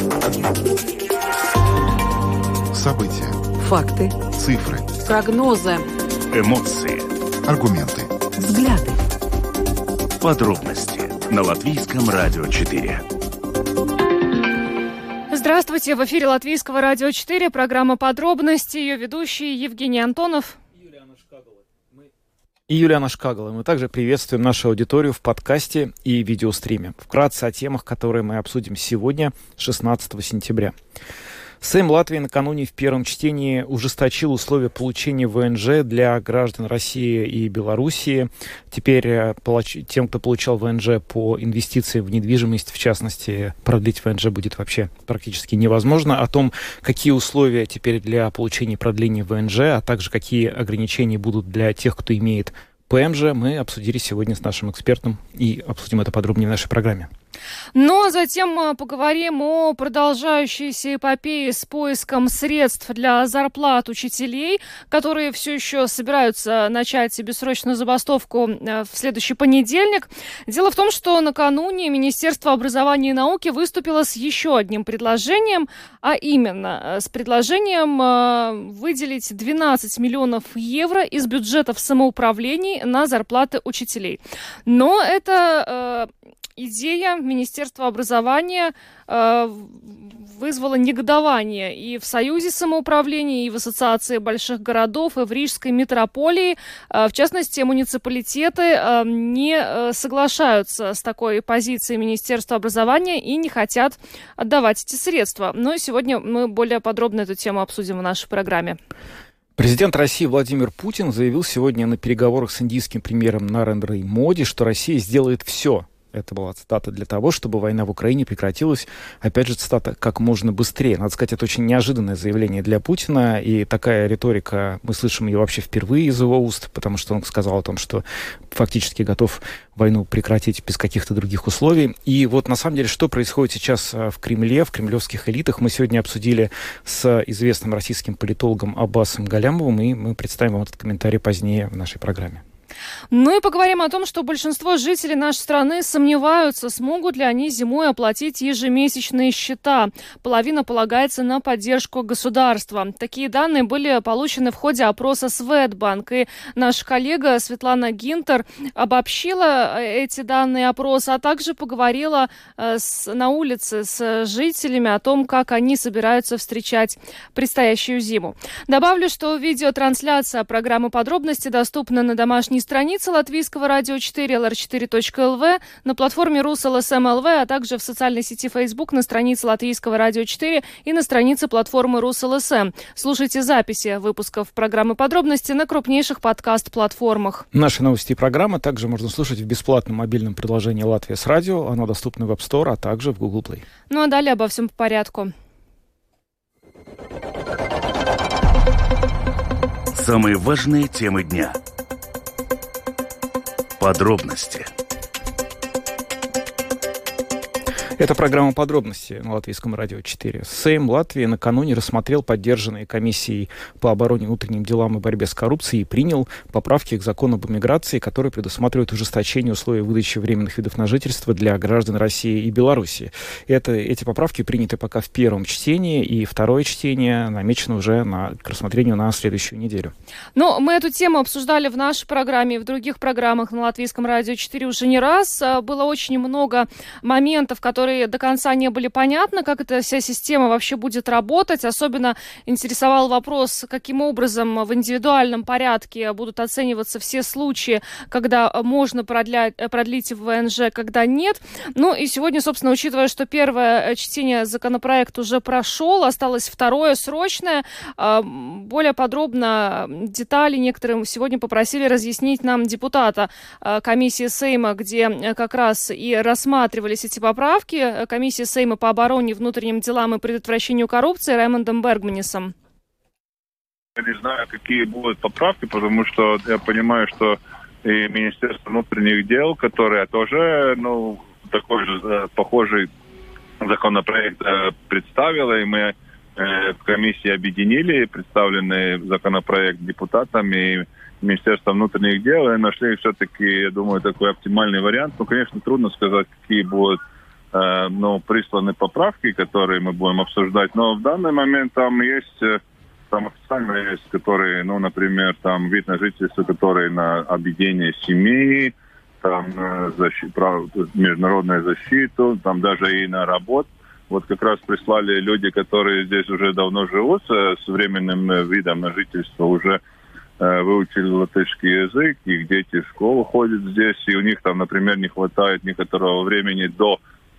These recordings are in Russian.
События. Факты. Цифры. Прогнозы. Эмоции. Аргументы. Взгляды. Подробности на Латвийском радио 4. Здравствуйте, в эфире Латвийского радио 4, программа «Подробности», ее ведущие Евгений Антонов и Юлиана Шкагала. Мы также приветствуем нашу аудиторию в подкасте и видеостриме. Вкратце о темах, которые мы обсудим сегодня, 16 сентября. Сейм Латвии накануне в первом чтении ужесточил условия получения ВНЖ для граждан России и Белоруссии. Теперь тем, кто получал ВНЖ по инвестиции в недвижимость, в частности, продлить ВНЖ будет вообще практически невозможно. О том, какие условия теперь для получения продления ВНЖ, а также какие ограничения будут для тех, кто имеет ПМЖ, мы обсудили сегодня с нашим экспертом и обсудим это подробнее в нашей программе. Ну а затем поговорим о продолжающейся эпопее с поиском средств для зарплат учителей, которые все еще собираются начать бессрочную забастовку в следующий понедельник. Дело в том, что накануне Министерство образования и науки выступило с еще одним предложением, а именно с предложением выделить 12 миллионов евро из бюджетов самоуправлений на зарплаты учителей. Но это идея Министерства образования вызвала негодование и в Союзе самоуправлений, и в Ассоциации больших городов, и в Рижской метрополии. В частности, муниципалитеты не соглашаются с такой позицией Министерства образования и не хотят отдавать эти средства. Но сегодня мы более подробно эту тему обсудим в нашей программе. Президент России Владимир Путин заявил сегодня на переговорах с индийским премьером Нарендрой Моди, что Россия сделает все. Это была цитата для того, чтобы война в Украине прекратилась. Опять же, цитата «как можно быстрее». Надо сказать, это очень неожиданное заявление для Путина. И такая риторика, мы слышим ее вообще впервые из его уст, потому что он сказал о том, что фактически готов войну прекратить без каких-то других условий. И вот на самом деле, что происходит сейчас в Кремле, в кремлевских элитах, мы сегодня обсудили с известным российским политологом Аббасом Галямовым, и мы представим вам этот комментарий позднее в нашей программе. Ну и поговорим о том, что большинство жителей нашей страны сомневаются, смогут ли они зимой оплатить ежемесячные счета. Половина полагается на поддержку государства. Такие данные были получены в ходе опроса Светбанк. И наша коллега Светлана Гинтер обобщила эти данные опроса, а также поговорила на улице с жителями о том, как они собираются встречать предстоящую зиму. Добавлю, что видеотрансляция программы «Подробности» доступна на домашней странице Латвийского радио 4 lr4.lv, на платформе RusLSM.lv, а также в социальной сети Facebook на странице Латвийского радио 4 и на странице платформы RusLSM. Слушайте записи выпусков программы «Подробности» на крупнейших подкаст-платформах. Наши новости и программы также можно слушать в бесплатном мобильном приложении «Латвия с радио». Оно доступно в App Store, а также в Google Play. Ну а далее обо всем по порядку. Самые важные темы дня. Подробности. Это программа «Подробности» на Латвийском радио 4. Сейм Латвии накануне рассмотрел поддержанные комиссией по обороне, внутренним делам и борьбе с коррупцией и принял поправки к закону об иммиграции, которые предусматривают ужесточение условий выдачи временных видов на жительство для граждан России и Белоруссии. Эти поправки приняты пока в первом чтении, и второе чтение намечено уже к рассмотрению на следующую неделю. Но мы эту тему обсуждали в нашей программе и в других программах на Латвийском радио 4 уже не раз. Было очень много моментов, которые до конца не были понятны, как эта вся система вообще будет работать. Особенно интересовал вопрос, каким образом в индивидуальном порядке будут оцениваться все случаи, когда можно продлить ВНЖ, когда нет. Ну и сегодня, собственно, учитывая, что первое чтение законопроекта уже прошел, осталось второе, срочное, более подробно детали некоторым сегодня попросили разъяснить нам депутата комиссии Сейма, где как раз и рассматривались эти поправки, комиссия Сейма по обороне, внутренним делам и предотвращению коррупции Раймондом Бергманисом. Я не знаю, какие будут поправки, потому что я понимаю, что и Министерство внутренних дел, которое тоже, такой же похожий законопроект представило, и мы в комиссии объединили представленный законопроект депутатами и Министерством внутренних дел, и нашли все-таки, я думаю, такой оптимальный вариант. Конечно, трудно сказать, какие будут присланы поправки, которые мы будем обсуждать. Но в данный момент там есть, там официально есть, которые, например, там вид на жительство, который на объединение семьи, там международную защиту, там даже и на работу. Вот как раз прислали люди, которые здесь уже давно живут с временным видом на жительство, уже выучили латышский язык, их дети в школу ходят здесь, и у них там, например, не хватает некоторого времени до,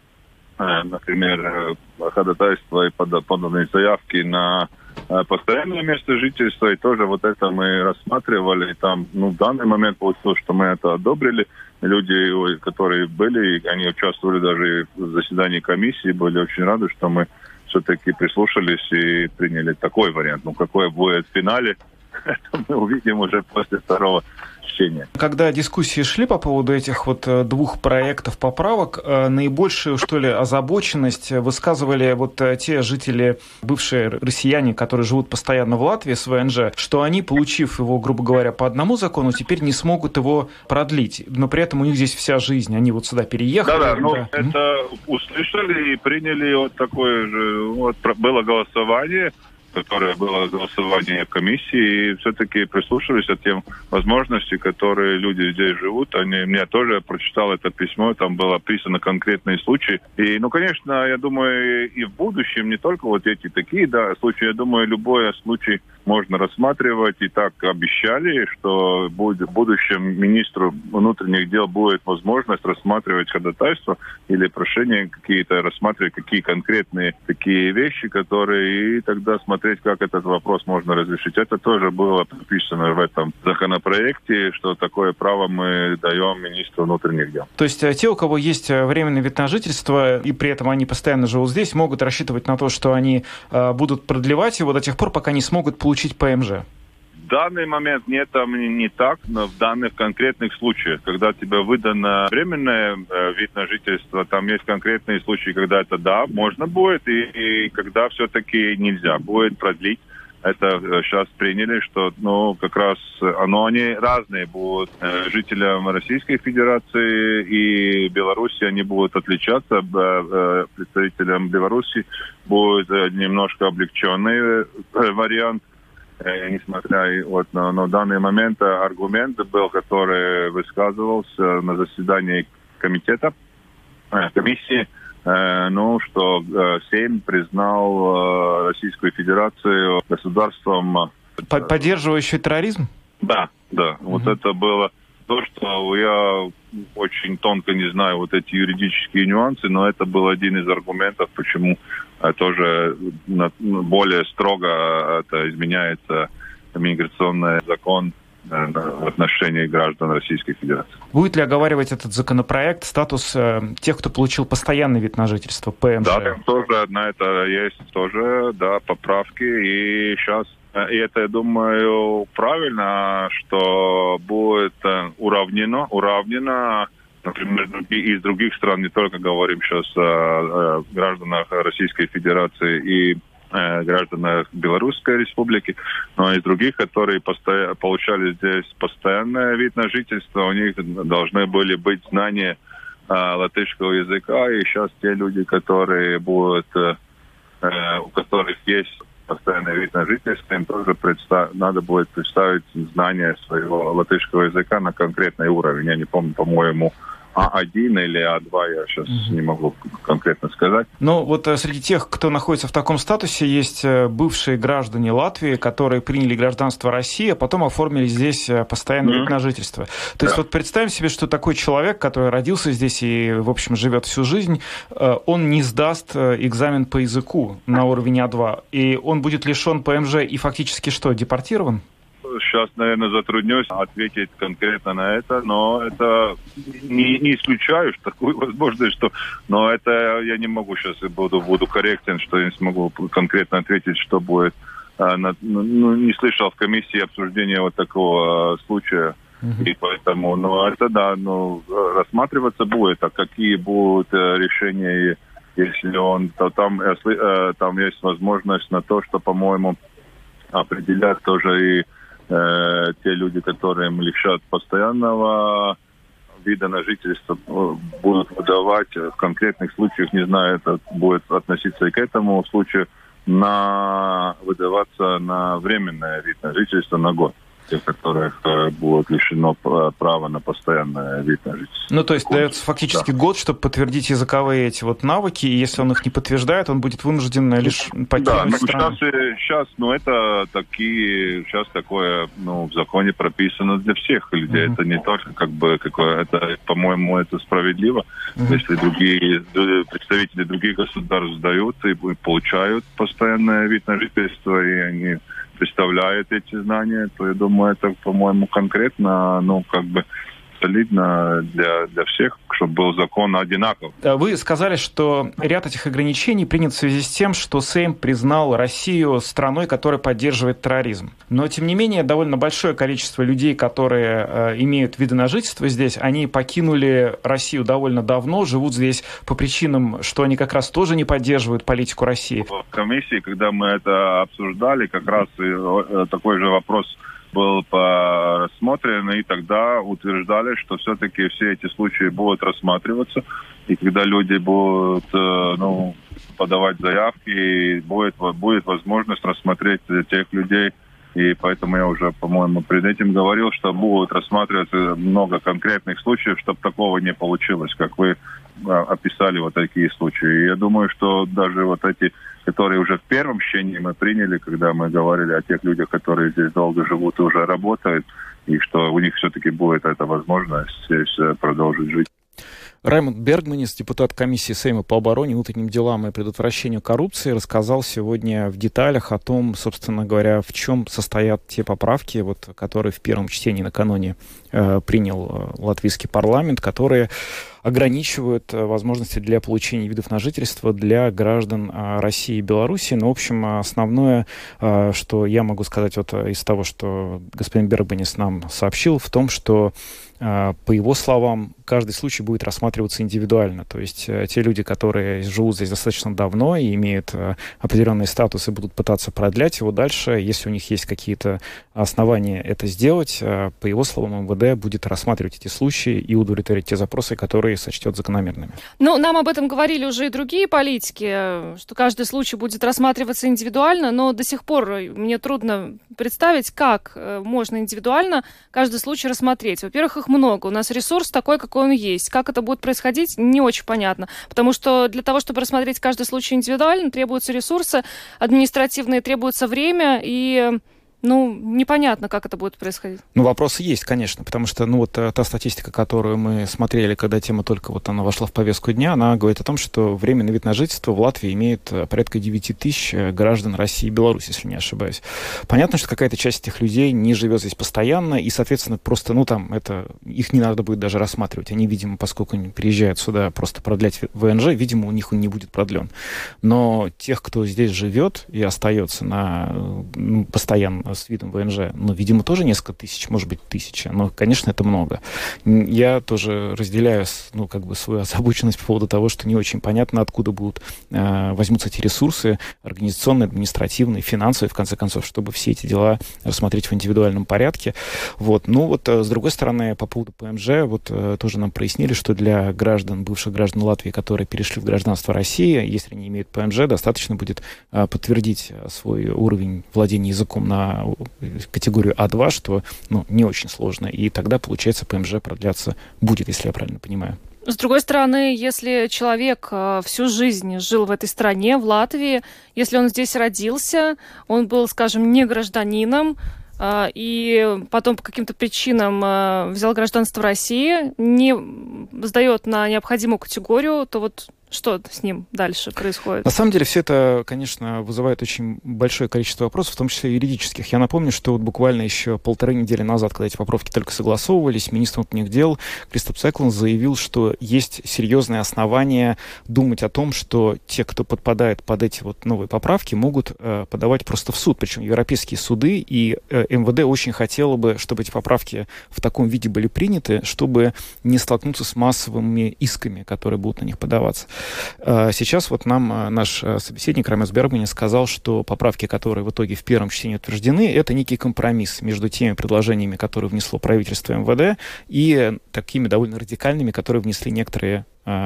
например, ходатайства и поданной заявки на постоянное место жительства, и тоже вот это мы рассматривали, и там, в данный момент получилось, что мы это одобрили. Люди, которые были, они участвовали даже в заседании комиссии, были очень рады, что мы все-таки прислушались и приняли такой вариант. Какой будет в финале, это мы увидим уже после второго чтения. Когда дискуссии шли по поводу этих двух проектов поправок, наибольшую, озабоченность высказывали те жители, бывшие россияне, которые живут постоянно в Латвии с ВНЖ, что они, получив его, грубо говоря, по одному закону, теперь не смогут его продлить. Но при этом у них здесь вся жизнь. Они сюда переехали. Это услышали и приняли такое же. Было голосование, которое было голосование комиссии, и все-таки прислушивались к тем возможностям, которые люди здесь живут. Я тоже прочитал это письмо, там было описано конкретные случаи. И, конечно, я думаю, и в будущем не только эти такие случаи, я думаю, любой случай можно рассматривать, и так обещали, что в будущем министру внутренних дел будет возможность рассматривать ходатайство или прошение какие-то, рассматривать какие конкретные такие вещи, которые, и тогда смотреть, как этот вопрос можно разрешить. Это тоже было прописано в этом законопроекте, что такое право мы даем министру внутренних дел. То есть те, у кого есть временный вид на жительство, и при этом они постоянно живут здесь, могут рассчитывать на то, что они будут продлевать его до тех пор, пока не смогут получить ПМЖ? В данный момент не так, но в данных конкретных случаях, когда тебе выдано временный вид на жительство, там есть конкретные случаи, когда это можно будет, и когда все-таки нельзя будет продлить. Это сейчас приняли, что, как раз, они разные будут. Жителям Российской Федерации и Беларуси они будут отличаться. Представителям Беларуси будет немножко облегченный вариант. Несмотря на данный момент аргумент был, который высказывался на заседании комиссии, что Сейм признал Российскую Федерацию государством... Поддерживающий терроризм? Да. Это было то, что я очень тонко не знаю эти юридические нюансы, но это был один из аргументов, почему тоже более строго это изменяется миграционный закон в отношении граждан Российской Федерации. Будет ли оговаривать этот законопроект статус тех, кто получил постоянный вид на жительство, ПМЖ? Да, там тоже на это есть поправки, и сейчас, и это, я думаю, правильно, что будет уравнено, например, из других стран, не только говорим сейчас о гражданах Российской Федерации и гражданах Белорусской Республики, но и из других, которые получали здесь постоянный вид на жительство, у них должны были быть знания латышского языка, и сейчас те люди, которые будут, у которых есть постоянный вид на жительство, им тоже надо будет представить знания своего латышского языка на конкретный уровень. Я не помню, по-моему, А1 или А2, я сейчас не могу конкретно сказать. Среди тех, кто находится в таком статусе, есть бывшие граждане Латвии, которые приняли гражданство России, а потом оформили здесь постоянный вид на жительство. То есть представим себе, что такой человек, который родился здесь и, в общем, живет всю жизнь, он не сдаст экзамен по языку на уровне А2, и он будет лишен ПМЖ и фактически депортирован? Сейчас, наверное, затруднюсь ответить конкретно на это, но это не исключаю такую возможность, но это я не могу сейчас, буду корректен, что я не смогу конкретно ответить, что будет. Не слышал в комиссии обсуждения такого случая, и поэтому, рассматриваться будет, а какие будут решения, если там есть возможность на то, что, по-моему, определять тоже и те люди, которые лишат постоянного вида на жительство будут выдавать в конкретных случаях, не знаю, это будет относиться и к этому случаю, выдаваться на временное вид на жительство на год. Те, которых будет лишено права на постоянный вид на жительство. Ну, то есть дается фактически год, чтобы подтверждить языковые эти вот навыки, и если он их не подтверждает, он будет вынужден лишь покинуть страну. Сейчас, сейчас такое, в законе прописано для всех людей. Это не только это, по-моему, это справедливо. Если другие представители других государств сдают и получают постоянный вид на жительство, и они представляют эти знания, то я думаю, это, по-моему, конкретно, солидно для всех, чтобы был закон одинаков. Вы сказали, что ряд этих ограничений принят в связи с тем, что Сейм признал Россию страной, которая поддерживает терроризм. Но, тем не менее, довольно большое количество людей, которые имеют виды на жительство здесь, они покинули Россию довольно давно, живут здесь по причинам, что они как раз тоже не поддерживают политику России. В комиссии, когда мы это обсуждали, как раз такой же вопрос был рассмотрен, и тогда утверждали, что все-таки все эти случаи будут рассматриваться, и когда люди будут подавать заявки, будет возможность рассмотреть тех людей, и поэтому я уже, по-моему, перед этим говорил, что будут рассматриваться много конкретных случаев, чтобы такого не получилось, как вы описали вот такие случаи. И я думаю, что даже вот эти, которые уже в первом чтении мы приняли, когда мы говорили о тех людях, которые здесь долго живут и уже работают, и что у них все-таки будет эта возможность здесь продолжить жить. Раймонд Бергманис, депутат комиссии Сейма по обороне, внутренним делам и предотвращению коррупции, рассказал сегодня в деталях о том, собственно говоря, в чем состоят те поправки, которые в первом чтении накануне принял латвийский парламент, которые ограничивают возможности для получения видов на жительство для граждан России и Беларуси. Но, в общем, основное, что я могу сказать из того, что господин Бергманис нам сообщил, в том, что по его словам, каждый случай будет рассматриваться индивидуально. То есть те люди, которые живут здесь достаточно давно и имеют определенный статус и будут пытаться продлять его дальше, если у них есть какие-то основания это сделать, по его словам, МВД будет рассматривать эти случаи и удовлетворять те запросы, которые сочтет закономерными. Нам об этом говорили уже и другие политики, что каждый случай будет рассматриваться индивидуально, но до сих пор мне трудно представить, как можно индивидуально каждый случай рассмотреть. Во-первых, их много. У нас ресурс такой, какой он есть. Как это будет происходить, не очень понятно. Потому что для того, чтобы рассмотреть каждый случай индивидуально, требуются ресурсы административные, требуется время и... непонятно, как это будет происходить. Вопросы есть, конечно, потому что, та статистика, которую мы смотрели, когда тема только она вошла в повестку дня, она говорит о том, что временный вид на жительство в Латвии имеет порядка 9 тысяч граждан России и Беларуси, если не ошибаюсь. Понятно, что какая-то часть этих людей не живет здесь постоянно, и, соответственно, просто, их не надо будет даже рассматривать. Они, видимо, поскольку они приезжают сюда просто продлять ВНЖ, видимо, у них он не будет продлен. Но тех, кто здесь живет и остается постоянно с видом ВНЖ, видимо, тоже несколько тысяч, может быть, 1000, но, конечно, это много. Я тоже разделяю, свою озабоченность по поводу того, что не очень понятно, откуда возьмутся эти ресурсы организационные, административные, финансовые, в конце концов, чтобы все эти дела рассмотреть в индивидуальном порядке. С другой стороны, по поводу ПМЖ, тоже нам прояснили, что для бывших граждан Латвии, которые перешли в гражданство России, если они имеют ПМЖ, достаточно будет подтвердить свой уровень владения языком на категорию А2, что не очень сложно, и тогда, получается, ПМЖ продляться будет, если я правильно понимаю. С другой стороны, если человек всю жизнь жил в этой стране, в Латвии, если он здесь родился, он был, скажем, не гражданином, и потом по каким-то причинам взял гражданство России, не сдает на необходимую категорию, то что с ним дальше происходит? На самом деле все это, конечно, вызывает очень большое количество вопросов, в том числе юридических. Я напомню, что буквально еще 1,5 недели назад, когда эти поправки только согласовывались, министр внутренних дел Кристоф Секлунд заявил, что есть серьезные основания думать о том, что те, кто подпадает под эти новые поправки, могут подавать просто в суд, причем европейские суды, и МВД очень хотело бы, чтобы эти поправки в таком виде были приняты, чтобы не столкнуться с массовыми исками, которые будут на них подаваться. Сейчас вот нам наш собеседник Рамес Бергманис сказал, что поправки, которые в итоге в первом чтении утверждены, это некий компромисс между теми предложениями, которые внесло правительство МВД, и такими довольно радикальными, которые внесли некоторые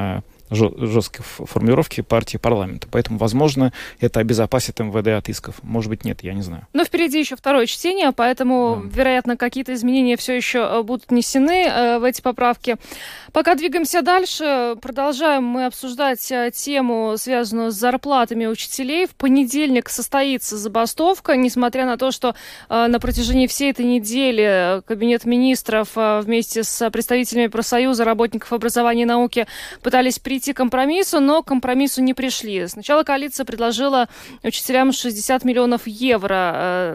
жесткие формулировки партии парламента. Поэтому, возможно, это обезопасит МВД от исков. Может быть, нет, я не знаю. Но впереди еще второе чтение, поэтому, вероятно, какие-то изменения все еще будут внесены в эти поправки. Пока двигаемся дальше, продолжаем мы обсуждать тему, связанную с зарплатами учителей. В понедельник состоится забастовка, несмотря на то, что на протяжении всей этой недели Кабинет министров вместе с представителями профсоюза работников образования и науки пытались прийти к компромиссу, но к компромиссу не пришли. Сначала коалиция предложила учителям 60 миллионов евро.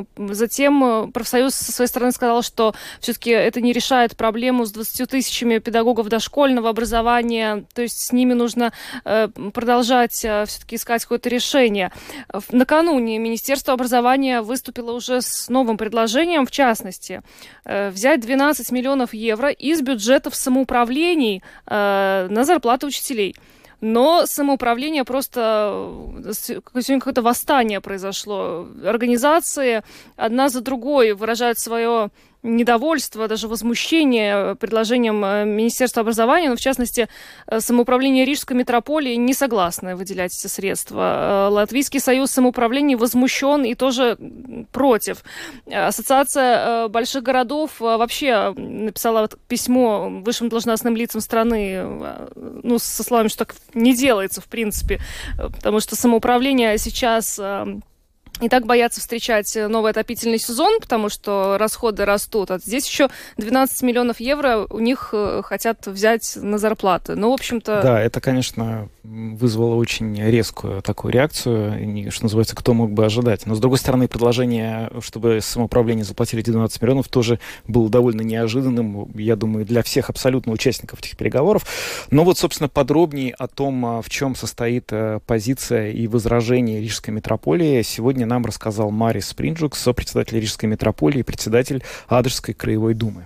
Затем профсоюз со своей стороны сказал, что все-таки это не решает проблему с 20 тысячами педагогов дошкольного образования. То есть с ними нужно продолжать все-таки искать какое-то решение. Накануне Министерство образования выступило уже с новым предложением, в частности, взять 12 миллионов евро из бюджетов самоуправлений на зарплаты учителей. Но самоуправление просто... Сегодня какое-то восстание произошло. Организации одна за другой выражают свое недовольство, даже возмущение предложением Министерства образования, но, в частности, самоуправление Рижской метрополии не согласны выделять эти средства. Латвийский союз самоуправлений возмущен и тоже против. Ассоциация больших городов вообще написала письмо высшим должностным лицам страны, со словами, что так не делается, в принципе, потому что самоуправление сейчас... И так боятся встречать новый отопительный сезон, потому что расходы растут. А здесь еще 12 миллионов евро у них хотят взять на зарплаты. Ну, в общем-то... Да, это, конечно, вызвало очень резкую такую реакцию. Что называется, кто мог бы ожидать. Но, с другой стороны, предложение, чтобы самоуправление заплатили 12 миллионов, тоже было довольно неожиданным, я думаю, для всех абсолютно участников этих переговоров. Но вот, собственно, подробнее о том, в чем состоит позиция и возражение Рижской метрополии, сегодня нам рассказал Марис Спринджукс, сопредседатель Рижской метрополии и председатель Адрской краевой думы.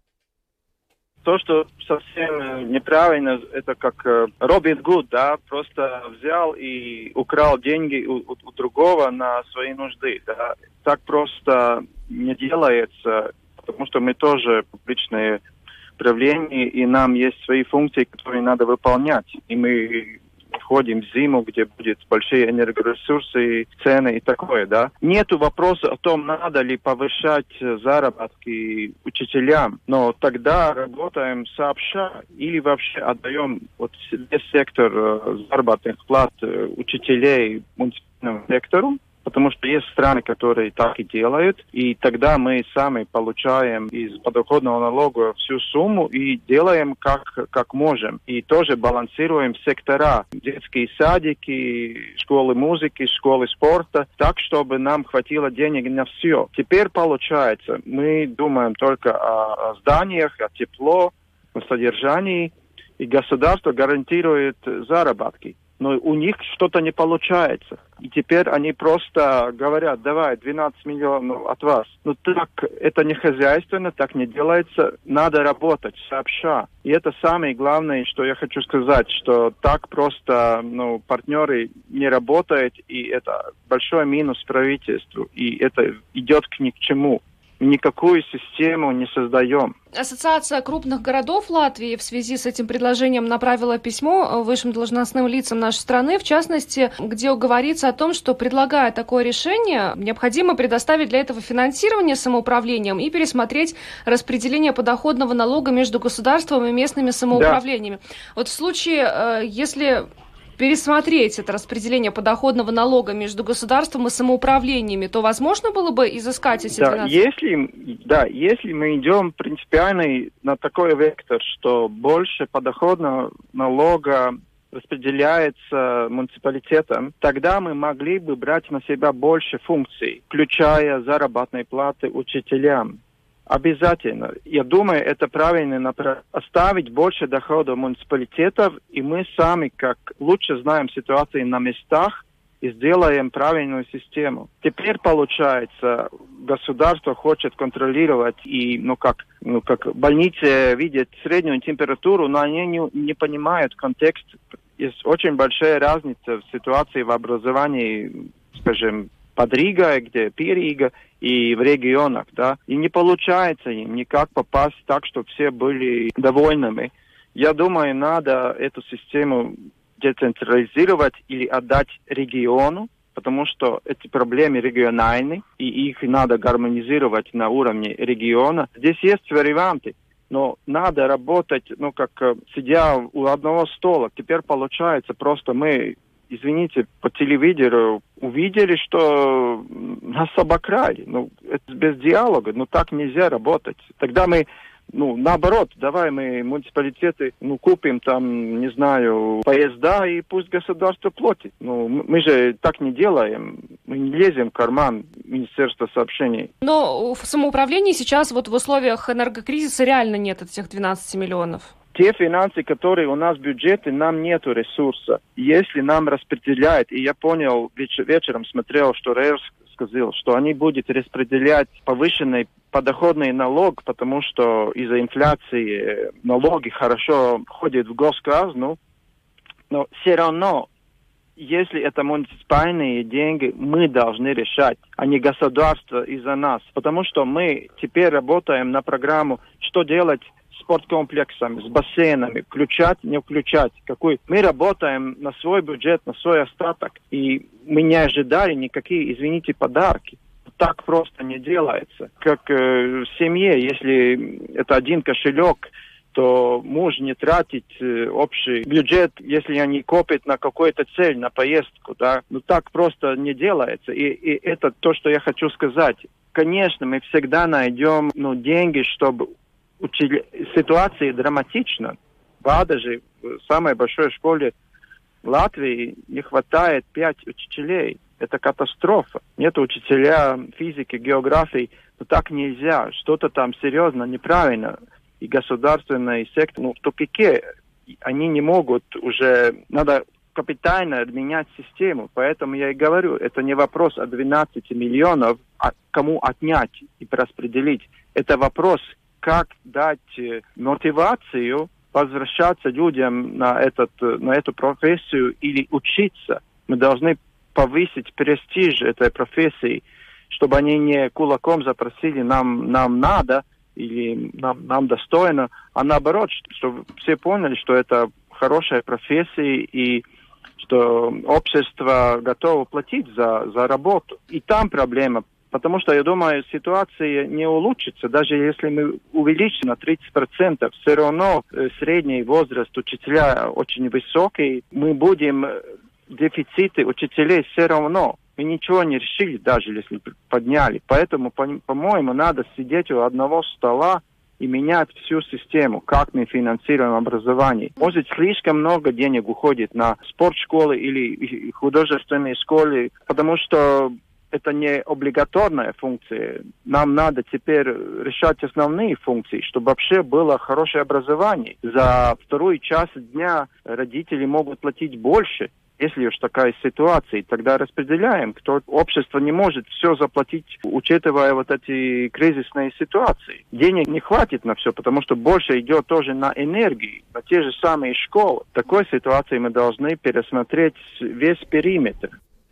То, что совсем неправильно, это как Робин Гуд, да, просто взял и украл деньги у другого на свои нужды, да. Так просто не делается, потому что мы тоже публичные правления, и нам есть свои функции, которые надо выполнять, и мы входим в зиму, где будут большие энергоресурсы, цены и такое, да. Нету вопроса о том, надо ли повышать заработки учителям, но тогда работаем сообща или вообще отдаем весь сектор заработных плат учителей муниципальному сектору, потому что есть страны, которые так и делают, и тогда мы сами получаем из подоходного налога всю сумму и делаем как можем. И тоже балансируем сектора, детские садики, школы музыки, школы спорта, так, чтобы нам хватило денег на все. Теперь получается, мы думаем только о зданиях, о тепло, о содержании, и государство гарантирует заработки. Но у них что-то не получается. И теперь они просто говорят, давай, 12 миллионов от вас. Ну так, это не хозяйственно, так не делается. Надо работать сообща. И это самое главное, что я хочу сказать, что так просто партнеры не работают, и это большой минус правительству. И это идет ни к чему. Никакую систему не создаем. Ассоциация крупных городов Латвии в связи с этим предложением направила письмо высшим должностным лицам нашей страны, в частности, где говорится о том, что, предлагая такое решение, необходимо предоставить для этого финансирование самоуправлением и пересмотреть распределение подоходного налога между государством и местными самоуправлениями. Да. Вот в случае, если пересмотреть это распределение подоходного налога между государством и самоуправлениями, то возможно было бы изыскать эти 12? Если мы идем принципиально на такой вектор, что больше подоходного налога распределяется муниципалитетом, тогда мы могли бы брать на себя больше функций, включая заработные платы учителям. Обязательно. Я думаю, это правильно оставить больше доходов муниципалитетов, и мы сами как лучше знаем ситуацию на местах и сделаем правильную систему. Теперь получается, государство хочет контролировать, и как больницы видят среднюю температуру, но они не понимают контекст есть очень большая разница в ситуации в образовании, скажем, под Ригой, где Рига, и в регионах, да. И не получается им никак попасть так, чтобы все были довольными. Я думаю, надо эту систему децентрализировать или отдать региону, потому что эти проблемы региональны, и их надо гармонизировать на уровне региона. Здесь есть варианты, но надо работать, как сидя у одного стола. Теперь получается просто мы, извините, по телевизору увидели, что нас обокрали. Это без диалога, так нельзя работать. Тогда мы, наоборот, давай мы муниципалитеты, купим там, не знаю, поезда, и пусть государство платит. Мы же так не делаем. Мы не лезем в карман Министерства сообщений. Но в самоуправлении сейчас в условиях энергокризиса реально нет этих 12 миллионов. Те финансы, которые у нас в бюджете, нам нету ресурса. Если нам распределяют, и я понял, вечером смотрел, что Рейерс сказал, что они будут распределять повышенный подоходный налог, потому что из-за инфляции налоги хорошо ходят в госказну, но все равно, если это муниципальные деньги, мы должны решать, а не государство из-за нас. Потому что мы теперь работаем на программу, что делать с спорткомплексами, с бассейнами, включать, не включать. Мы работаем на свой бюджет, на свой остаток, и мы не ожидали никакие, извините, подарки. Так просто не делается. Как в семье, если это один кошелек, то муж не тратит общий бюджет, если они копят на какую-то цель, на поездку, да. Так просто не делается. И это то, что я хочу сказать. Конечно, мы всегда найдем деньги, чтобы ситуация драматична. В Адаже, в самой большой школе Латвии, не хватает 5 учителей. Это катастрофа. Нет учителя физики, географии. Так нельзя. Что-то там серьезно неправильно. И государственный сектор в тупике. Они не могут уже... Надо капитально менять систему. Поэтому я и говорю, это не вопрос о 12 миллионов, а кому отнять и распределить. Это вопрос, как дать мотивацию возвращаться людям на эту профессию или учиться. Мы должны повысить престиж этой профессии, чтобы они не кулаком запросили нам надо или нам достойно, а наоборот, чтобы все поняли, что это хорошая профессия и что общество готово платить за работу. И там проблема, потому что, я думаю, ситуация не улучшится. Даже если мы увеличим на 30%, все равно средний возраст учителя очень высокий. Мы будем дефициты учителей все равно. Мы ничего не решили, даже если подняли. Поэтому, по-моему, надо сидеть у одного стола и менять всю систему, как мы финансируем образование. Может, слишком много денег уходит на спортшколы или художественные школы, потому что это не облигаторная функция. Нам надо теперь решать основные функции, чтобы вообще было хорошее образование. За вторую часть дня родители могут платить больше. Если уж такая ситуация, тогда распределяем, кто общество не может все заплатить, учитывая эти кризисные ситуации. Денег не хватит на все, потому что больше идет тоже на энергию, на те же самые школы. В такой ситуации мы должны пересмотреть весь периметр.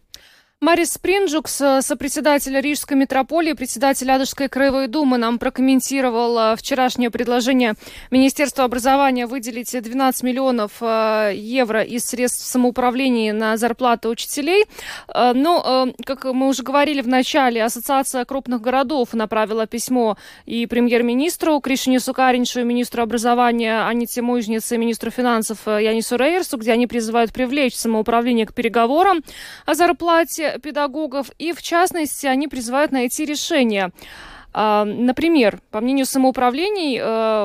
Марис Спринджукс, сопредседатель Рижской митрополии, председатель Адажской краевой думы, нам прокомментировал вчерашнее предложение Министерства образования выделить 12 миллионов евро из средств самоуправления на зарплаты учителей. Но, как мы уже говорили в начале, Ассоциация крупных городов направила письмо и премьер-министру Кришинису Кариньшу, и министру образования Аните Муйжнице, и министру финансов Янису Рейерсу, где они призывают привлечь самоуправление к переговорам о зарплате педагогов, и в частности они призывают найти решение. Например, по мнению самоуправлений,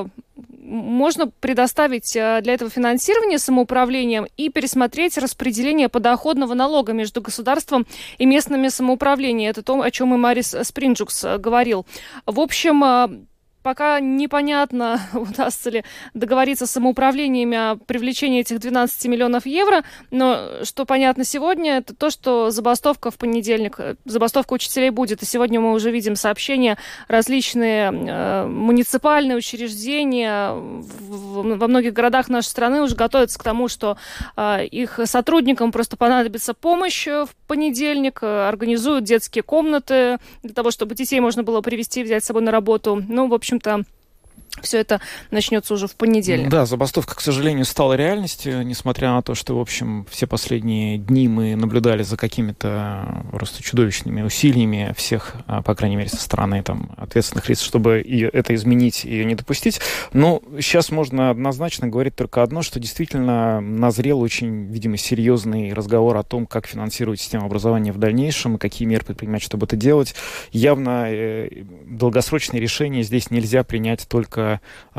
можно предоставить для этого финансирование самоуправлением и пересмотреть распределение подоходного налога между государством и местными самоуправлениями. Это то, о чем и Марис Спринджукс говорил. В общем, пока непонятно, удастся ли договориться с самоуправлениями о привлечении этих 12 миллионов евро, но что понятно сегодня, это то, что забастовка в понедельник, забастовка учителей будет, и сегодня мы уже видим сообщения, различные муниципальные учреждения во многих городах нашей страны уже готовятся к тому, что их сотрудникам просто понадобится помощь в понедельник, организуют детские комнаты для того, чтобы детей можно было привезти и взять с собой на работу. Ну, в общем-то, все это начнется уже в понедельник. Да, забастовка, к сожалению, стала реальностью, несмотря на то, что, в общем, все последние дни мы наблюдали за какими-то просто чудовищными усилиями всех, по крайней мере, со стороны там, ответственных лиц, чтобы это изменить и не допустить. Но сейчас можно однозначно говорить только одно, что действительно назрел очень, видимо, серьезный разговор о том, как финансировать систему образования в дальнейшем, и какие меры предпринимать, чтобы это делать. Явно долгосрочные решения здесь нельзя принять только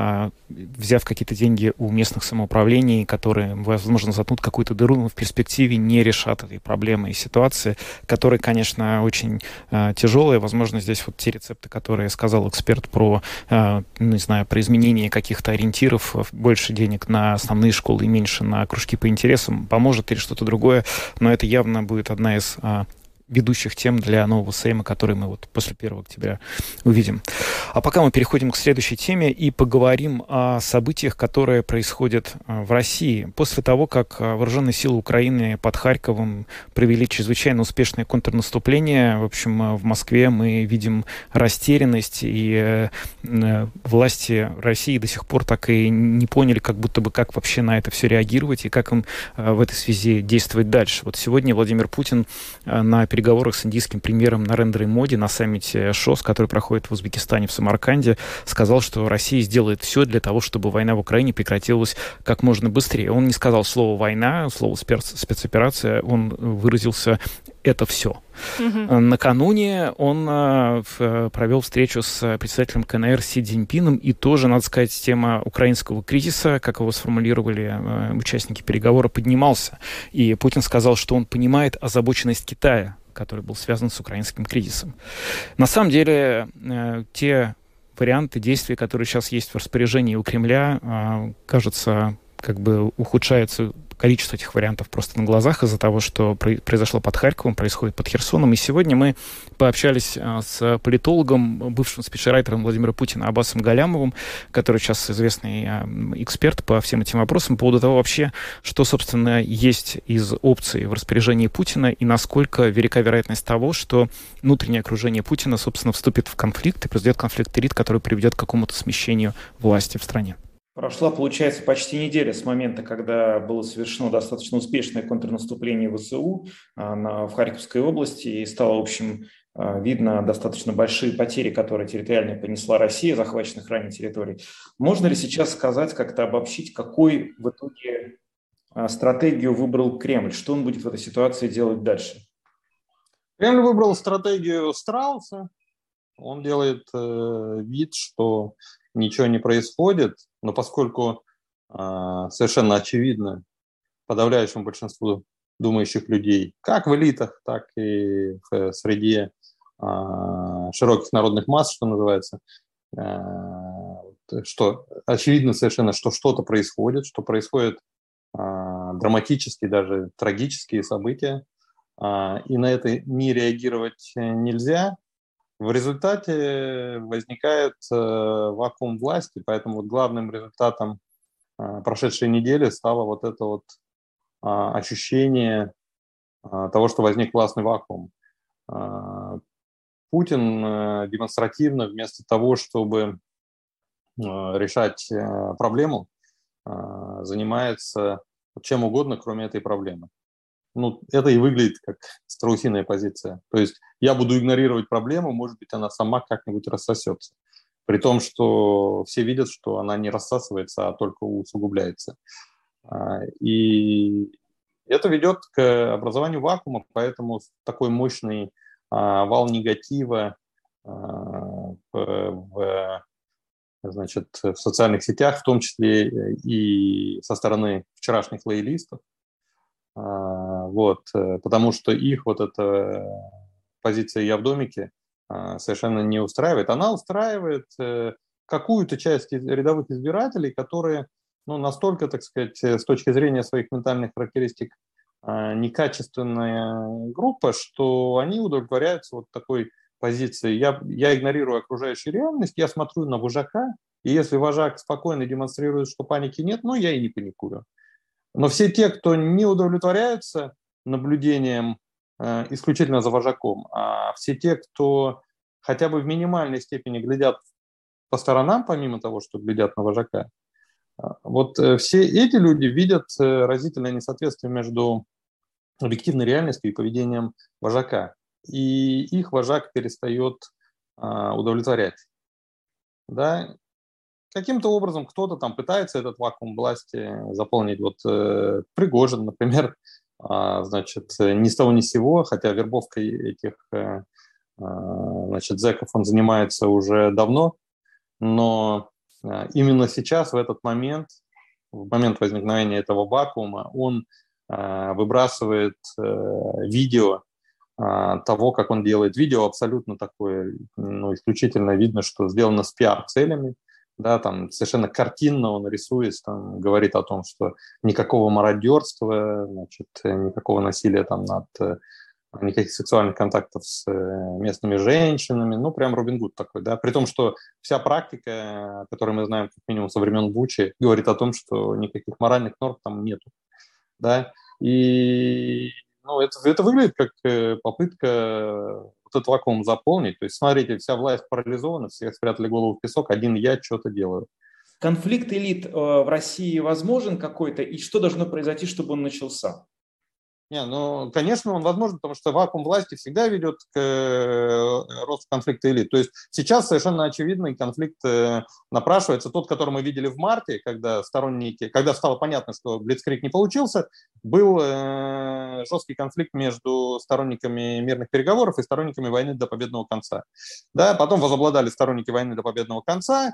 взяв какие-то деньги у местных самоуправлений, которые, возможно, заткнут какую-то дыру, но в перспективе не решат этой проблемы и ситуации, которые, конечно, очень тяжелые. Возможно, здесь вот те рецепты, которые сказал эксперт про, не знаю, про изменение каких-то ориентиров, больше денег на основные школы и меньше на кружки по интересам, поможет или что-то другое, но это явно будет одна из ведущих тем для нового Сейма, который мы вот после 1 октября увидим. А пока мы переходим к следующей теме и поговорим о событиях, которые происходят в России. После того, как вооруженные силы Украины под Харьковом провели чрезвычайно успешное контрнаступление, в общем, в Москве мы видим растерянность, и власти России до сих пор так и не поняли, как будто бы, как вообще на это все реагировать и как им в этой связи действовать дальше. Вот сегодня Владимир Путин на переговорах с индийским премьером Нарендрой Моди на саммите ШОС, который проходит в Узбекистане, в Самарканде, сказал, что Россия сделает все для того, чтобы война в Украине прекратилась как можно быстрее. Он не сказал слово «война», слово «спецоперация», он выразился «это все». Накануне он провел встречу с председателем КНР Си Цзиньпином, и тоже, надо сказать, тема украинского кризиса, как его сформулировали участники переговоров, поднимался. И Путин сказал, что он понимает озабоченность Китая, который был связан с украинским кризисом. На самом деле, те варианты действий, которые сейчас есть в распоряжении у Кремля, кажется, как бы ухудшается количество этих вариантов просто на глазах из-за того, что произошло под Харьковом, происходит под Херсоном. И сегодня мы пообщались с политологом, бывшим спичрайтером Владимира Путина Аббасом Галямовым, который сейчас известный эксперт по всем этим вопросам, по поводу того вообще, что, собственно, есть из опций в распоряжении Путина и насколько велика вероятность того, что внутреннее окружение Путина, собственно, вступит в конфликт и произойдет конфликт элит, который приведет к какому-то смещению власти в стране. Прошла, получается, почти неделя с момента, когда было совершено достаточно успешное контрнаступление ВСУ в Харьковской области, и стало, в общем, видно достаточно большие потери, которые территориально понесла Россия, захваченных ранее территорий. Можно ли сейчас сказать, как-то обобщить, какой в итоге стратегию выбрал Кремль? Что он будет в этой ситуации делать дальше? Кремль выбрал стратегию страуса. Он делает вид, что ничего не происходит, но поскольку совершенно очевидно подавляющему большинству думающих людей, как в элитах, так и в среде широких народных масс, что называется, что очевидно совершенно, что что-то происходит, что происходят драматические, даже трагические события, и на это не реагировать нельзя. В результате возникает вакуум власти, поэтому вот главным результатом прошедшей недели стало вот это вот ощущение того, что возник властный вакуум. Путин демонстративно, вместо того, чтобы решать проблему, занимается чем угодно, кроме этой проблемы. Ну, это и выглядит как страусиная позиция. То есть я буду игнорировать проблему, может быть, она сама как-нибудь рассосется. При том, что все видят, что она не рассасывается, а только усугубляется. И это ведет к образованию вакуума, поэтому такой мощный вал негатива в социальных сетях, в том числе и со стороны вчерашних лоялистов. Потому что их вот эта позиция «я в домике» совершенно не устраивает. Она устраивает какую-то часть рядовых избирателей, которые настолько, так сказать, с точки зрения своих ментальных характеристик некачественная группа, что они удовлетворяются вот такой позицией. Я игнорирую окружающую реальность, я смотрю на вожака, и если вожак спокойно демонстрирует, что паники нет, я и не паникую. Но все те, кто не удовлетворяются наблюдением исключительно за вожаком, а все те, кто хотя бы в минимальной степени глядят по сторонам, помимо того, что глядят на вожака, вот все эти люди видят разительное несоответствие между объективной реальностью и поведением вожака. И их вожак перестает удовлетворять. Да? Каким-то образом кто-то там пытается этот вакуум власти заполнить. Вот Пригожин, например, ни с того ни с сего, хотя вербовкой этих зэков он занимается уже давно, но именно сейчас, в этот момент, в момент возникновения этого вакуума, он выбрасывает видео того, как он делает. Видео абсолютно такое, исключительно видно, что сделано с пиар-целями. Да, там совершенно картинно он рисует, там, говорит о том, что никакого мародерства, никакого насилия там никаких сексуальных контактов с местными женщинами, прям Робин Гуд такой, да, при том, что вся практика, которую мы знаем как минимум со времен Бучи, говорит о том, что никаких моральных норм там нету, да, и это выглядит как попытка вот этот вакуум заполнить. То есть, смотрите, вся власть парализована, все спрятали голову в песок, один я что-то делаю. Конфликт элит в России возможен какой-то, и что должно произойти, чтобы он начался? Конечно, он возможен, потому что вакуум власти всегда ведет к росту конфликта элит. То есть сейчас совершенно очевидный конфликт напрашивается. Тот, который мы видели в марте, когда стало понятно, что блицкриг не получился, был жесткий конфликт между сторонниками мирных переговоров и сторонниками войны до победного конца. Да, потом возобладали сторонники войны до победного конца,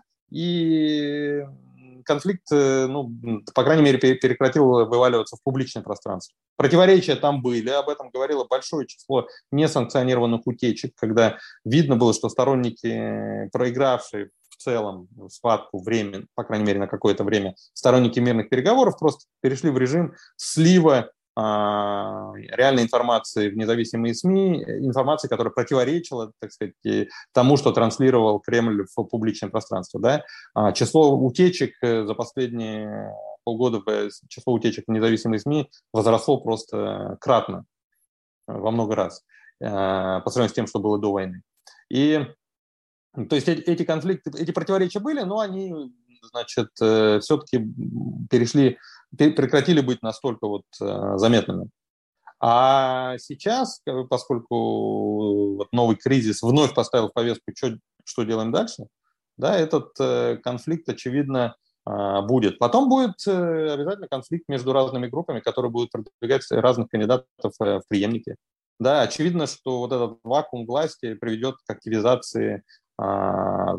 и конфликт, по крайней мере, прекратил вываливаться в публичное пространство. Противоречия там были, об этом говорило большое число несанкционированных утечек, когда видно было, что сторонники, проигравшие в целом схватку по крайней мере, на какое-то время, сторонники мирных переговоров просто перешли в режим слива реальной информации в независимые СМИ, информации, которая противоречила, так сказать, тому, что транслировал Кремль в публичное пространство. Да? Число утечек за последние полгода, число утечек в независимые СМИ возросло просто кратно, во много раз, по сравнению с тем, что было до войны. И, то есть эти конфликты, эти противоречия были, но они, все-таки прекратили быть настолько заметными. А сейчас, поскольку новый кризис вновь поставил в повестку, что делаем дальше, да, этот конфликт, очевидно, будет. Потом будет обязательно конфликт между разными группами, которые будут продвигать разных кандидатов в преемники. Да, очевидно, что этот вакуум власти приведет к активизации, к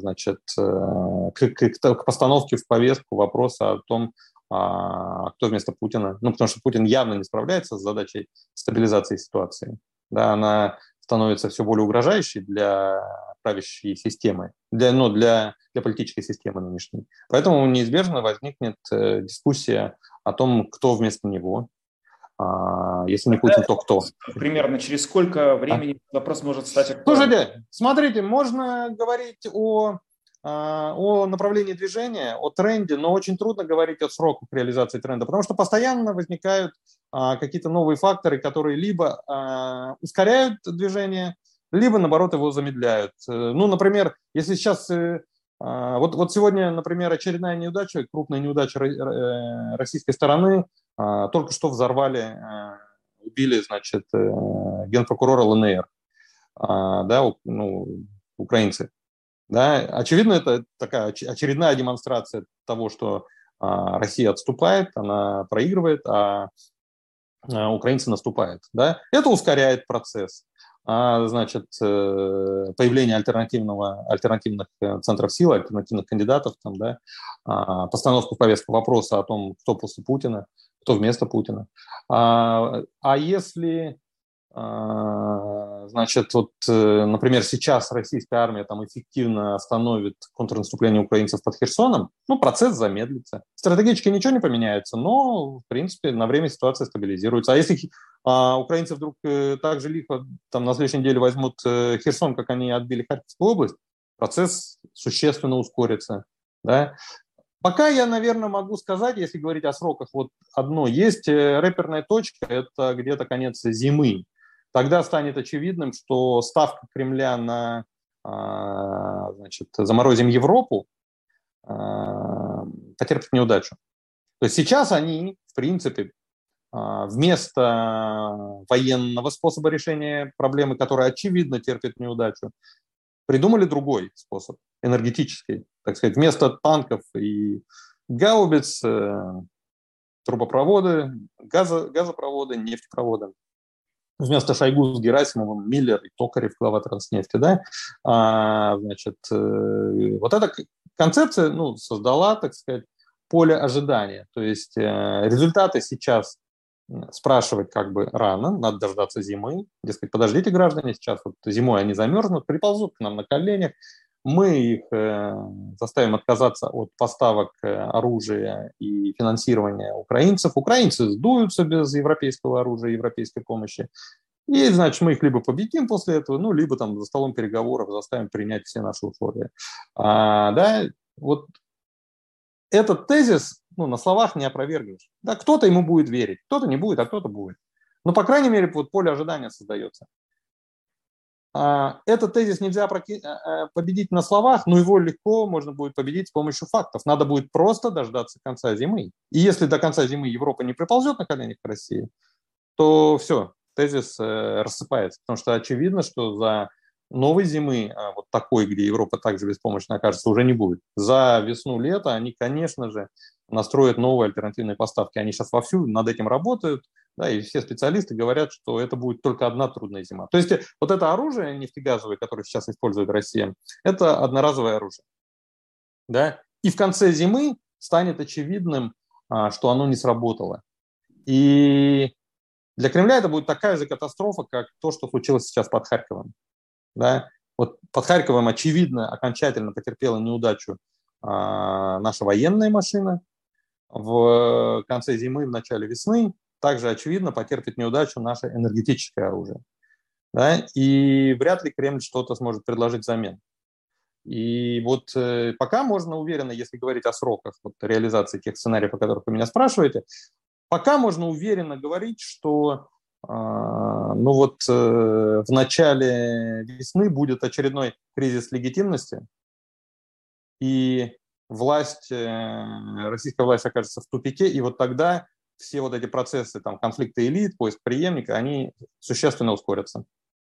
постановке в повестку вопроса о том, кто вместо Путина. Потому что Путин явно не справляется с задачей стабилизации ситуации. Да, она становится все более угрожающей для правящей системы, для политической системы нынешней. Поэтому неизбежно возникнет дискуссия о том, кто вместо него. Если не Путин, то кто? Примерно через сколько времени вопрос может стать актуальным? Слушайте, смотрите, можно говорить о направлении движения, о тренде, но очень трудно говорить о сроках реализации тренда, потому что постоянно возникают какие-то новые факторы, которые либо ускоряют движение, либо, наоборот, его замедляют. Например, если сейчас... Вот сегодня, например, очередная неудача, крупная неудача российской стороны, только что взорвали, убили, генпрокурора ЛНР, да, украинцы. Да, очевидно, это такая очередная демонстрация того, что Россия отступает, она проигрывает, а украинцы наступают. Да? Это ускоряет процесс. Появление альтернативных центров силы, альтернативных кандидатов, постановку в повестку вопроса о том, кто после Путина, кто вместо Путина. А если Значит, вот, например, сейчас российская армия там эффективно остановит контрнаступление украинцев под Херсоном, ну, процесс замедлится. Стратегически ничего не поменяется, но, в принципе, на время ситуация стабилизируется. А если украинцы вдруг так же лихо там, на следующей неделе возьмут Херсон, как они отбили Харьковскую область, процесс существенно ускорится. Да? Пока я, наверное, могу сказать, если говорить о сроках, вот одно. Есть реперная точка, это где-то конец зимы. Тогда станет очевидным, что ставка Кремля на значит, заморозим Европу потерпит неудачу. То есть сейчас они, в принципе, вместо военного способа решения проблемы, которая очевидно терпит неудачу, придумали другой способ, энергетический. Так сказать, вместо танков и гаубиц, трубопроводы, газопроводы, нефтепроводы. Вместо Шойгу с Герасимовым Миллер и Токарев, глава Транснефти, да, значит, вот эта концепция, ну, создала, так сказать, поле ожидания. То есть результаты сейчас спрашивать как бы рано, надо дождаться зимы. Дескать, подождите, граждане, сейчас вот зимой они замерзнут, приползут к нам на коленях, мы их заставим отказаться от поставок оружия и финансирования украинцев. Украинцы сдуются без европейского оружия, европейской помощи. И, значит, мы их либо победим после этого, ну, либо там за столом переговоров заставим принять все наши условия. Да, вот этот тезис, ну, на словах не опровергнешь. Да, кто-то ему будет верить, кто-то не будет, а кто-то будет. Но, по крайней мере, вот поле ожидания создается. Этот тезис нельзя победить на словах, но его легко можно будет победить с помощью фактов. Надо будет просто дождаться конца зимы. И если до конца зимы Европа не приползет на коленях к России, то все, тезис рассыпается. Потому что очевидно, что за новой зимы, вот такой, где Европа также беспомощно окажется, уже не будет. За весну-лето они, конечно же, настроят новые альтернативные поставки. Они сейчас вовсю над этим работают. Да, и все специалисты говорят, что это будет только одна трудная зима. То есть вот это оружие нефтегазовое, которое сейчас использует Россия, это одноразовое оружие. Да? И в конце зимы станет очевидным, что оно не сработало. И для Кремля это будет такая же катастрофа, как то, что случилось сейчас под Харьковом. Да? Вот под Харьковом, очевидно, окончательно потерпела неудачу наша военная машина. В конце зимы, в начале весны также, очевидно, потерпит неудачу наше энергетическое оружие. Да? И вряд ли Кремль что-то сможет предложить взамен. И вот пока можно уверенно, если говорить о сроках вот, реализации тех сценариев, о которых вы меня спрашиваете, пока можно уверенно говорить, что ну вот, в начале весны будет очередной кризис легитимности, и российская власть окажется в тупике, и вот тогда все вот эти процессы, там, конфликта элит, поиск преемника, они существенно ускорятся.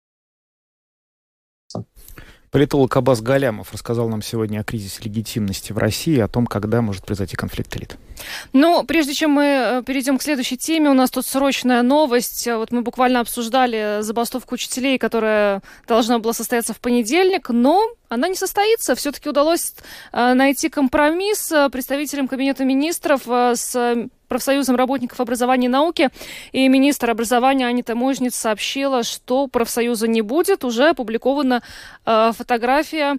Политолог Аббас Галямов рассказал нам сегодня о кризисе легитимности в России, о том, когда может произойти конфликт элит. Но прежде чем мы перейдем к следующей теме, у нас тут срочная новость. Вот мы буквально обсуждали забастовку учителей, которая должна была состояться в понедельник, но она не состоится. Все-таки удалось найти компромисс представителям Кабинета министров с профсоюзом работников образования и науки. И министр образования Анита Мойжниц сообщила, что профсоюза не будет. Уже опубликована фотография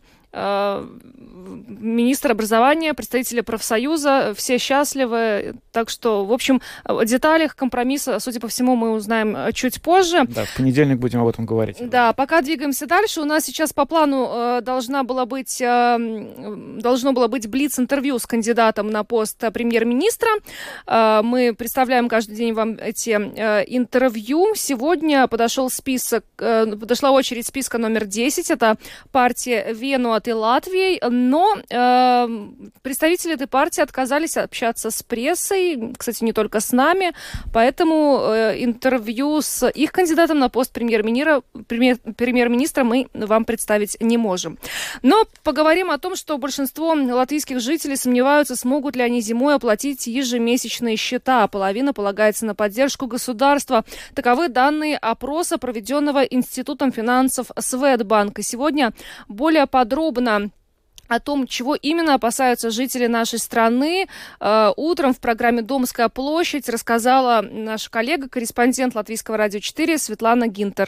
министр образования, представители профсоюза, все счастливы. Так что, в общем, о деталях компромисса, судя по всему, мы узнаем чуть позже. Да, в понедельник будем об этом говорить. Да, пока двигаемся дальше. У нас сейчас по плану должно было быть блиц-интервью с кандидатом на пост премьер-министра. Мы представляем каждый день вам эти интервью. Сегодня подошла очередь списка номер 10. Это партия Венуат и Латвии, но представители этой партии отказались общаться с прессой, кстати, не только с нами, поэтому интервью с их кандидатом на пост премьер-министра мы вам представить не можем. Но поговорим о том, что большинство латвийских жителей сомневаются, смогут ли они зимой оплатить ежемесячные счета. Половина полагается на поддержку государства. Таковы данные опроса, проведенного Институтом финансов Swedbank. И сегодня более подробно о том, чего именно опасаются жители нашей страны, утром в программе «Домская площадь» рассказала наша коллега, корреспондент Латвийского радио 4 Светлана Гинтер.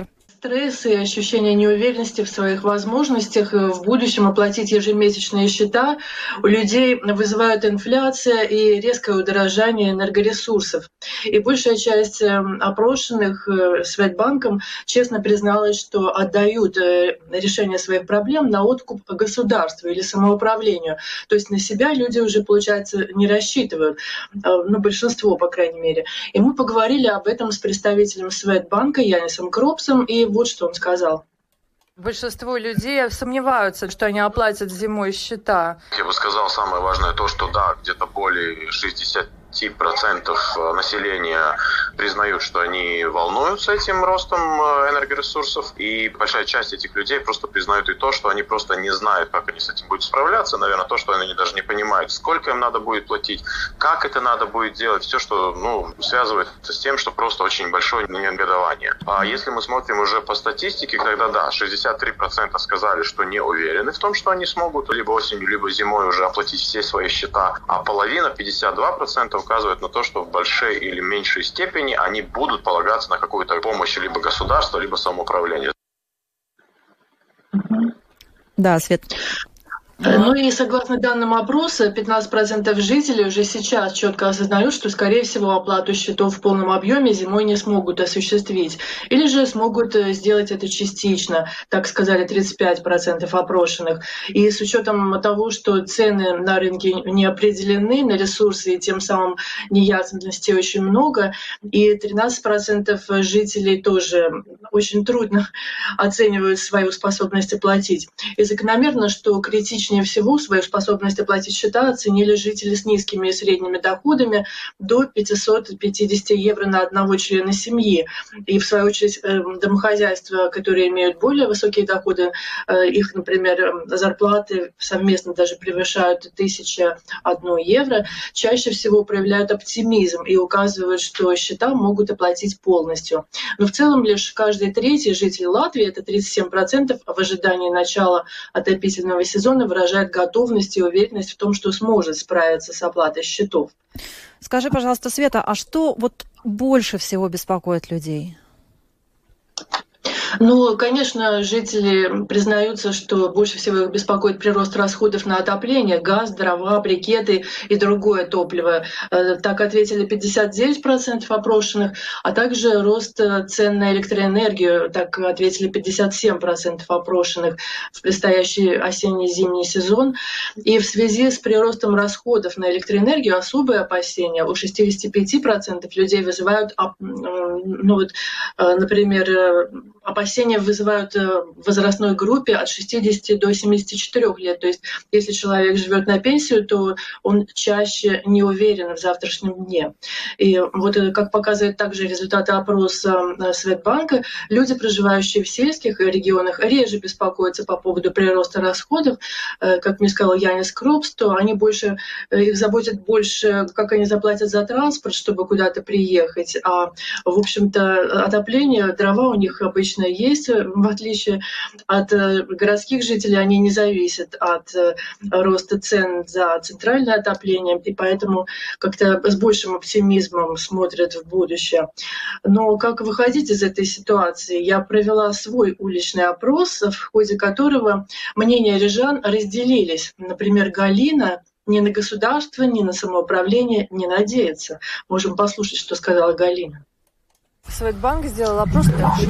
Стресс и ощущение неуверенности в своих возможностях в будущем оплатить ежемесячные счета у людей вызывают инфляция и резкое удорожание энергоресурсов. И большая часть опрошенных Светбанком честно призналась, что отдают решение своих проблем на откуп государству или самоуправлению. То есть на себя люди уже, получается, не рассчитывают, ну, большинство, по крайней мере. И мы поговорили об этом с представителем Светбанка Янисом Кропсом, и вот что он сказал. Большинство людей сомневаются, что они оплатят зимой счета. Я бы сказал, самое важное то, что да, где-то более 60% населения признают, что они волнуются этим ростом энергоресурсов, и большая часть этих людей просто признают и то, что они просто не знают, как они с этим будут справляться, наверное, то, что они даже не понимают, сколько им надо будет платить, как это надо будет делать, все, что связывается с тем, что просто очень большое негодование. А если мы смотрим уже по статистике, тогда да, 63% сказали, что не уверены в том, что они смогут либо осенью, либо зимой уже оплатить все свои счета, а половина, 52%, указывает на то, что в большей или меньшей степени они будут полагаться на какую-то помощь либо государства, либо самоуправления. Да, Свет. Ну и согласно данным опроса, 15% жителей уже сейчас четко осознают, что, скорее всего, оплату счетов в полном объеме зимой не смогут осуществить. Или же смогут сделать это частично, так сказали 35% опрошенных. И с учетом того, что цены на рынке не определены, на ресурсы и тем самым неясностей очень много, и 13% жителей тоже очень трудно оценивают свою способность оплатить. И закономерно, что критичнее всего свою способность оплатить счета оценили жители с низкими и средними доходами до 550 евро на одного члена семьи. И, в свою очередь, домохозяйства, которые имеют более высокие доходы, их, например, зарплаты совместно даже превышают 1001 евро, чаще всего проявляют оптимизм и указывают, что счета могут оплатить полностью. Но в целом лишь каждый третий житель Латвии, это 37%, в ожидании начала отопительного сезона выражает готовность и уверенность в том, что сможет справиться с оплатой счетов. Скажи, пожалуйста, Света, а что вот больше всего беспокоит людей? Ну, конечно, жители признаются, что больше всего их беспокоит прирост расходов на отопление, газ, дрова, брикеты и другое топливо. Так ответили 59% опрошенных, а также рост цен на электроэнергию, так ответили 57% опрошенных в предстоящий осенне-зимний сезон. И в связи с приростом расходов на электроэнергию особые опасения у 65% людей вызывают, например, опасения вызывают в возрастной группе от 60 до 74 лет. То есть если человек живет на пенсию, то он чаще не уверен в завтрашнем дне. И вот как показывает также результаты опроса Светбанка, люди, проживающие в сельских регионах, реже беспокоятся по поводу прироста расходов. Как мне сказал Янис Кропс, то их заботит больше, как они заплатят за транспорт, чтобы куда-то приехать. А, в общем-то, отопление, дрова у них обычно есть. В отличие от городских жителей, они не зависят от роста цен за центральное отопление, и поэтому как-то с большим оптимизмом смотрят в будущее. Но как выходить из этой ситуации? Я провела свой уличный опрос, в ходе которого мнения рижан разделились. Например, Галина ни на государство, ни на самоуправление не надеется. Можем послушать, что сказала Галина. Светбанк сделал опрос,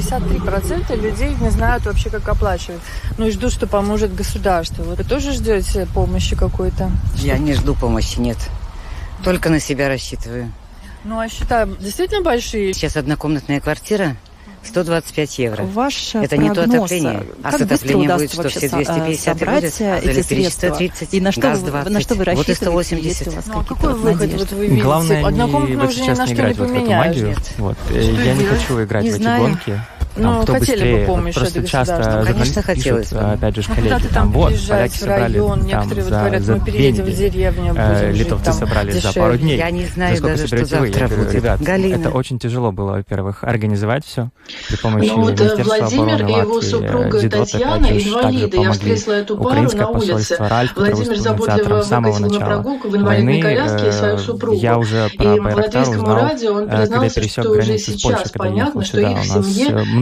63% людей не знают вообще, как оплачивать. Ну и ждут, что поможет государство. Вы тоже ждете помощи какой-то? Я не жду помощи, нет. Только на себя рассчитываю. Ну а счета действительно большие? Сейчас однокомнатная квартира 125 евро. Ваш это прогноз, не то отопление. А с отоплением будет, что все 250 и будет, а за электричество 30, и на газ 20. На что вы вот и 180. Ну, а какой выход вот вы видите? Главное вот сейчас не играть вот в эту магию. Вот. Я не хочу играть в эти гонки. Там, кто быстрее. Вот просто часто журналисты пишут, опять же, коллеги, там вот, поляки собрали там за деньги, литовцы собрали за пару дней. Я не знаю даже, что завтра будет. Ребят, это очень тяжело было, во-первых, организовать все при помощи Министерства обороны Латвии, Владимир и его супруга Татьяна инвалиды. Я встретила эту пару на улице. Владимир заботливо выкатил на прогулку в инвалидной коляске свою супругу. Я уже и по латвийскому радио он признался, что уже сейчас понятно, что их в семье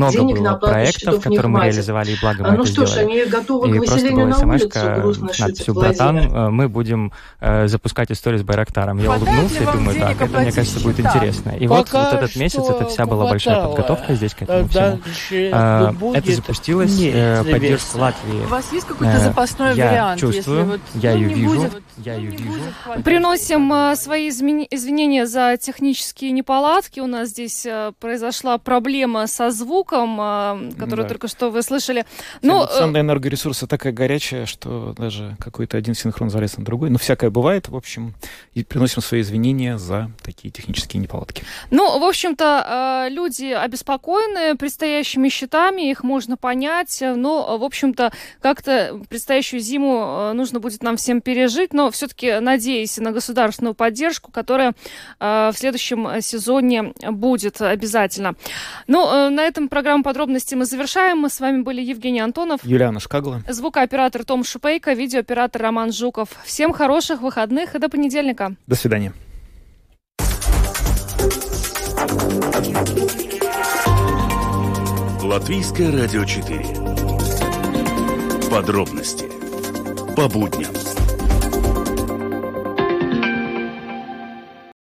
много денег было на оплату проектов, счетов не которые мы хватит. реализовали, и благо мы Ну это что ж, сделали. они готовы И к просто выселению была на улицу, смс-ка грустно с шутит надписью Владимир. «Братан, мы будем запускать историю с Байрактаром». Я Хватает улыбнулся ли и вам думаю, денег так, это, мне оплатить кажется, будет счета? интересно. И вот этот месяц, это вся была большая подготовка здесь к этому всему. Это запустилось, поддержка Латвии. У вас есть какой-то запасной вариант? Я чувствую, я ее вижу. Приносим свои извинения за технические неполадки. У нас здесь произошла проблема со звуком, которую только что вы слышали. Цена энергоресурса такая горячая, что даже какой-то один синхрон залез на другой. Но всякое бывает, в общем. И приносим свои извинения за такие технические неполадки. Ну, в общем-то, люди обеспокоены предстоящими счетами, их можно понять. Но, в общем-то, как-то предстоящую зиму нужно будет нам всем пережить. Но все-таки надеюсь на государственную поддержку, которая в следующем сезоне будет обязательно. Ну, на этом программу «Подробности» мы завершаем. Мы с вами были Евгений Антонов, Юлиана Шкагла, звукооператор Том Шупейко, видеооператор Роман Жуков. Всем хороших выходных и до понедельника. До свидания. Латвийское радио 4. Подробности по будням.